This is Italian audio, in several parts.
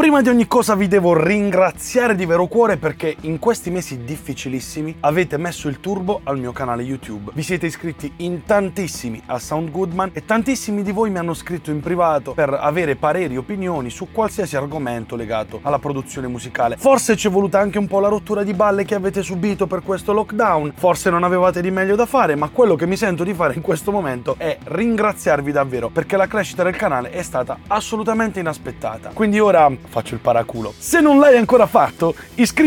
Prima di ogni cosa vi devo ringraziare di vero cuore perché in questi mesi difficilissimi avete messo il turbo al mio canale YouTube. Vi siete iscritti in tantissimi a Sound Goodman e tantissimi di voi mi hanno scritto in privato per avere pareri e opinioni su qualsiasi argomento legato alla produzione musicale. Forse ci è voluta anche un po' la rottura di balle che avete subito per questo lockdown, forse non avevate di meglio da fare, ma quello che mi sento di fare in questo momento è ringraziarvi davvero perché la crescita del canale è stata assolutamente inaspettata. Quindi ora faccio il paraculo. Se non l'hai ancora fatto,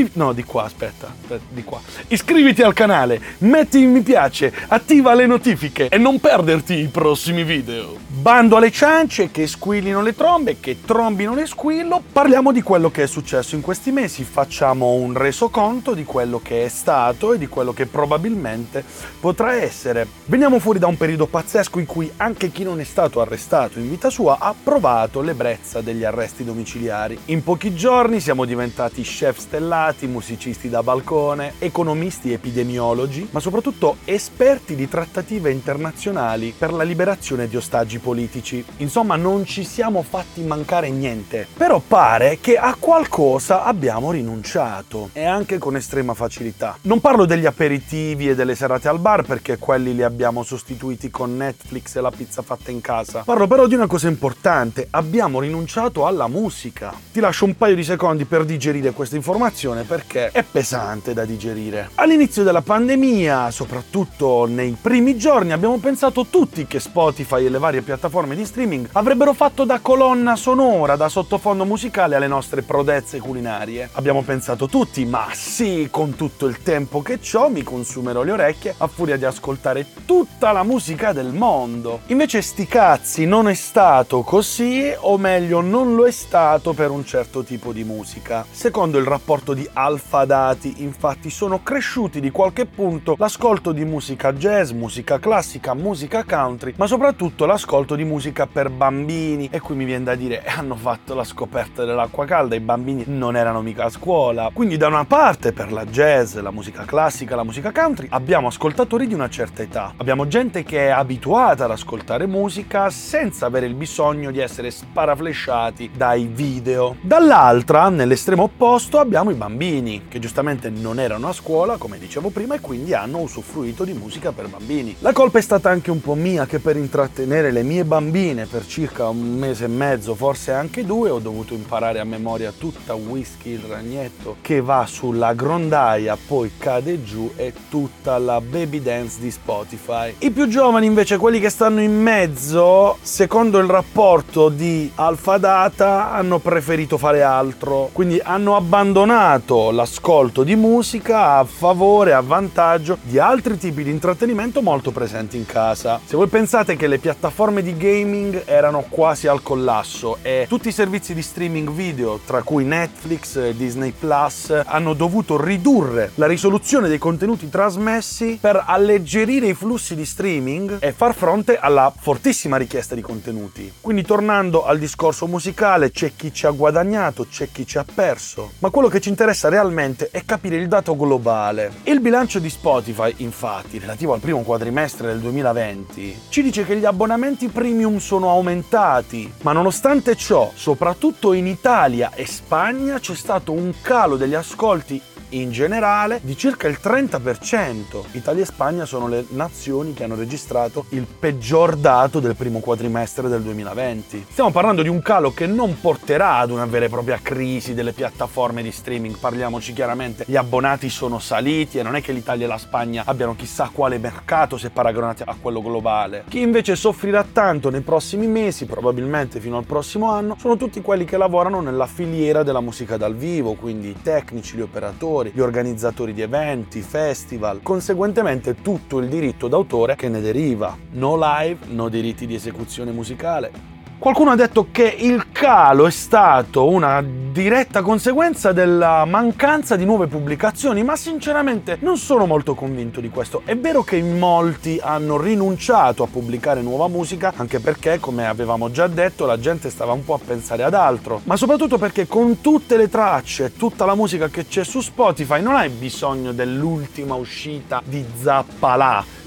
iscriviti al canale, metti il mi piace, attiva le notifiche e non perderti i prossimi video. Bando alle ciance, che squillino le trombe, che trombino le squillo. Parliamo di quello che è successo in questi mesi, facciamo un resoconto di quello che è stato e di quello che probabilmente potrà essere. Veniamo fuori da un periodo pazzesco in cui anche chi non è stato arrestato in vita sua ha provato l'ebbrezza degli arresti domiciliari. In pochi giorni siamo diventati chef stellati, musicisti da balcone, economisti, epidemiologi, ma soprattutto esperti di trattative internazionali per la liberazione di ostaggi politici. Insomma, non ci siamo fatti mancare niente. Però pare che a qualcosa abbiamo rinunciato, e anche con estrema facilità. Non parlo degli aperitivi e delle serate al bar, perché quelli li abbiamo sostituiti con Netflix e la pizza fatta in casa. Parlo però di una cosa importante: abbiamo rinunciato alla musica. Ti lascio un paio di secondi per digerire questa informazione perché è pesante da digerire. All'inizio della pandemia, soprattutto nei primi giorni, abbiamo pensato tutti che Spotify e le varie piattaforme di streaming avrebbero fatto da colonna sonora, da sottofondo musicale alle nostre prodezze culinarie. Abbiamo pensato tutti, ma sì, con tutto il tempo che c'ho mi consumerò le orecchie a furia di ascoltare tutta la musica del mondo. Invece sti cazzi, non è stato così, o meglio non lo è stato per un certo tipo di musica. Secondo il rapporto di Alpha Dati, infatti, sono cresciuti di qualche punto l'ascolto di musica jazz, musica classica, musica country, ma soprattutto l'ascolto di musica per bambini. E qui mi viene da dire, hanno fatto la scoperta dell'acqua calda, i bambini non erano mica a scuola. Quindi da una parte per la jazz, la musica classica, la musica country abbiamo ascoltatori di una certa età, abbiamo gente che è abituata ad ascoltare musica senza avere il bisogno di essere sparaflesciati dai video. Dall'altra, nell'estremo opposto, abbiamo i bambini che giustamente non erano a scuola, come dicevo prima, e quindi hanno usufruito di musica per bambini. La colpa è stata anche un po' mia, che per intrattenere le mie bambine per circa un mese e mezzo, forse anche 2, ho dovuto imparare a memoria tutta Whisky il ragnetto che va sulla grondaia, poi cade giù, e tutta la baby dance di Spotify. I più giovani invece, quelli che stanno in mezzo, secondo il rapporto di Alpha Data, hanno preferito fare altro, quindi hanno abbandonato l'ascolto di musica a favore, a vantaggio di altri tipi di intrattenimento molto presenti in casa. Se voi pensate che le piattaforme di gaming erano quasi al collasso e tutti i servizi di streaming video, tra cui Netflix e Disney Plus, hanno dovuto ridurre la risoluzione dei contenuti trasmessi per alleggerire i flussi di streaming e far fronte alla fortissima richiesta di contenuti. Quindi, tornando al discorso musicale, c'è chi ci ha guadagnato, c'è chi ci ha perso, ma quello che ci interessa realmente è capire il dato globale. Il bilancio di Spotify, infatti, relativo al primo quadrimestre del 2020, ci dice che gli abbonamenti premium sono aumentati, ma nonostante ciò, soprattutto in Italia e Spagna, c'è stato un calo degli ascolti in generale di circa il 30%. Italia e Spagna sono le nazioni che hanno registrato il peggior dato del primo quadrimestre del 2020. Stiamo parlando di un calo che non porterà ad una vera e propria crisi delle piattaforme di streaming, parliamoci chiaramente, gli abbonati sono saliti e non è che l'Italia e la Spagna abbiano chissà quale mercato se paragonati a quello globale. Chi invece soffrirà tanto nei prossimi mesi, probabilmente fino al prossimo anno, sono tutti quelli che lavorano nella filiera della musica dal vivo, quindi i tecnici, gli operatori, gli organizzatori di eventi, festival, conseguentemente tutto il diritto d'autore che ne deriva. No live, no diritti di esecuzione musicale. Qualcuno ha detto che il calo è stato una diretta conseguenza della mancanza di nuove pubblicazioni, ma sinceramente non sono molto convinto di questo. È vero che in molti hanno rinunciato a pubblicare nuova musica, anche perché, come avevamo già detto, la gente stava un po' a pensare ad altro, ma soprattutto perché con tutte le tracce, tutta la musica che c'è su Spotify, non hai bisogno dell'ultima uscita di Zappalà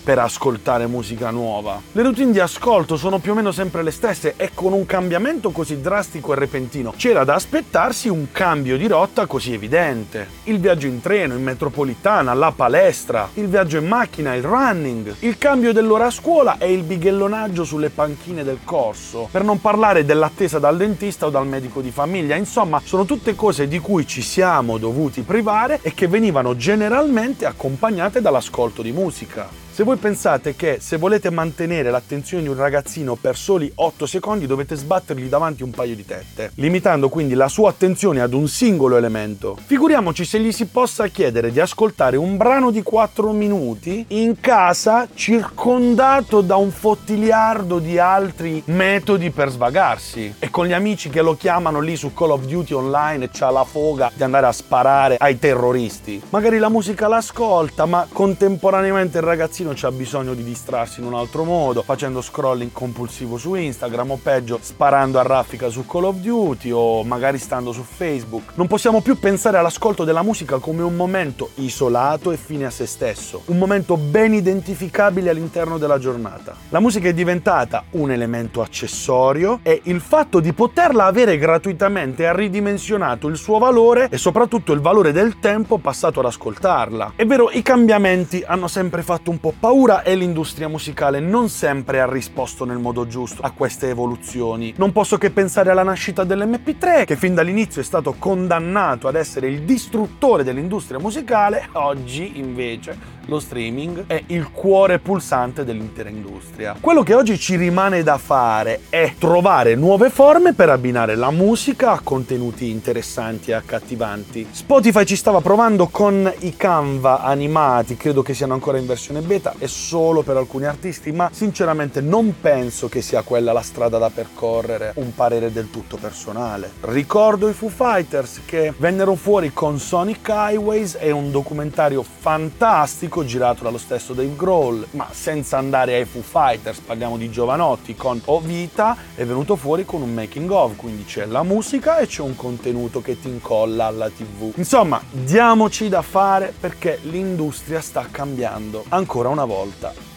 per ascoltare musica nuova. Le routine di ascolto sono più o meno sempre le stesse e con un cambiamento così drastico e repentino c'era da aspettarsi un cambio di rotta così evidente. Il viaggio in treno, in metropolitana, la palestra, il viaggio in macchina, il running, il cambio dell'ora a scuola e il bighellonaggio sulle panchine del corso, per non parlare dell'attesa dal dentista o dal medico di famiglia. Insomma, sono tutte cose di cui ci siamo dovuti privare e che venivano generalmente accompagnate dall'ascolto di musica. Se voi pensate che se volete mantenere l'attenzione di un ragazzino per soli 8 secondi dovete sbattergli davanti un paio di tette, limitando quindi la sua attenzione ad un singolo elemento, figuriamoci se gli si possa chiedere di ascoltare un brano di 4 minuti in casa circondato da un fottiliardo di altri metodi per svagarsi e con gli amici che lo chiamano lì su Call of Duty online e c'ha la foga di andare a sparare ai terroristi. Magari la musica l'ascolta, ma contemporaneamente il ragazzino c'ha bisogno di distrarsi in un altro modo, facendo scrolling compulsivo su Instagram o peggio sparando a raffica su Call of Duty o magari stando su Facebook. Non possiamo più pensare all'ascolto della musica come un momento isolato e fine a se stesso, un momento ben identificabile all'interno della giornata. La musica è diventata un elemento accessorio e il fatto di poterla avere gratuitamente ha ridimensionato il suo valore e soprattutto il valore del tempo passato ad ascoltarla. È vero, i cambiamenti hanno sempre fatto un po' paura e l'industria musicale non sempre ha risposto nel modo giusto a queste evoluzioni. Non posso che pensare alla nascita dell'MP3, che fin dall'inizio è stato condannato ad essere il distruttore dell'industria musicale. Oggi invece lo streaming è il cuore pulsante dell'intera industria. Quello che oggi ci rimane da fare è trovare nuove forme per abbinare la musica a contenuti interessanti e accattivanti. Spotify ci stava provando con i Canva animati, credo che siano ancora in versione beta e solo per alcuni artisti, ma sinceramente non penso che sia quella la strada da percorrere, un parere del tutto personale. Ricordo i Foo Fighters che vennero fuori con Sonic Highways e un documentario fantastico girato dallo stesso Dave Grohl, ma senza andare ai Foo Fighters, parliamo di giovanotti con O Vita, è venuto fuori con un making of, quindi c'è la musica e c'è un contenuto che ti incolla alla TV. Insomma, diamoci da fare perché l'industria sta cambiando ancora una volta.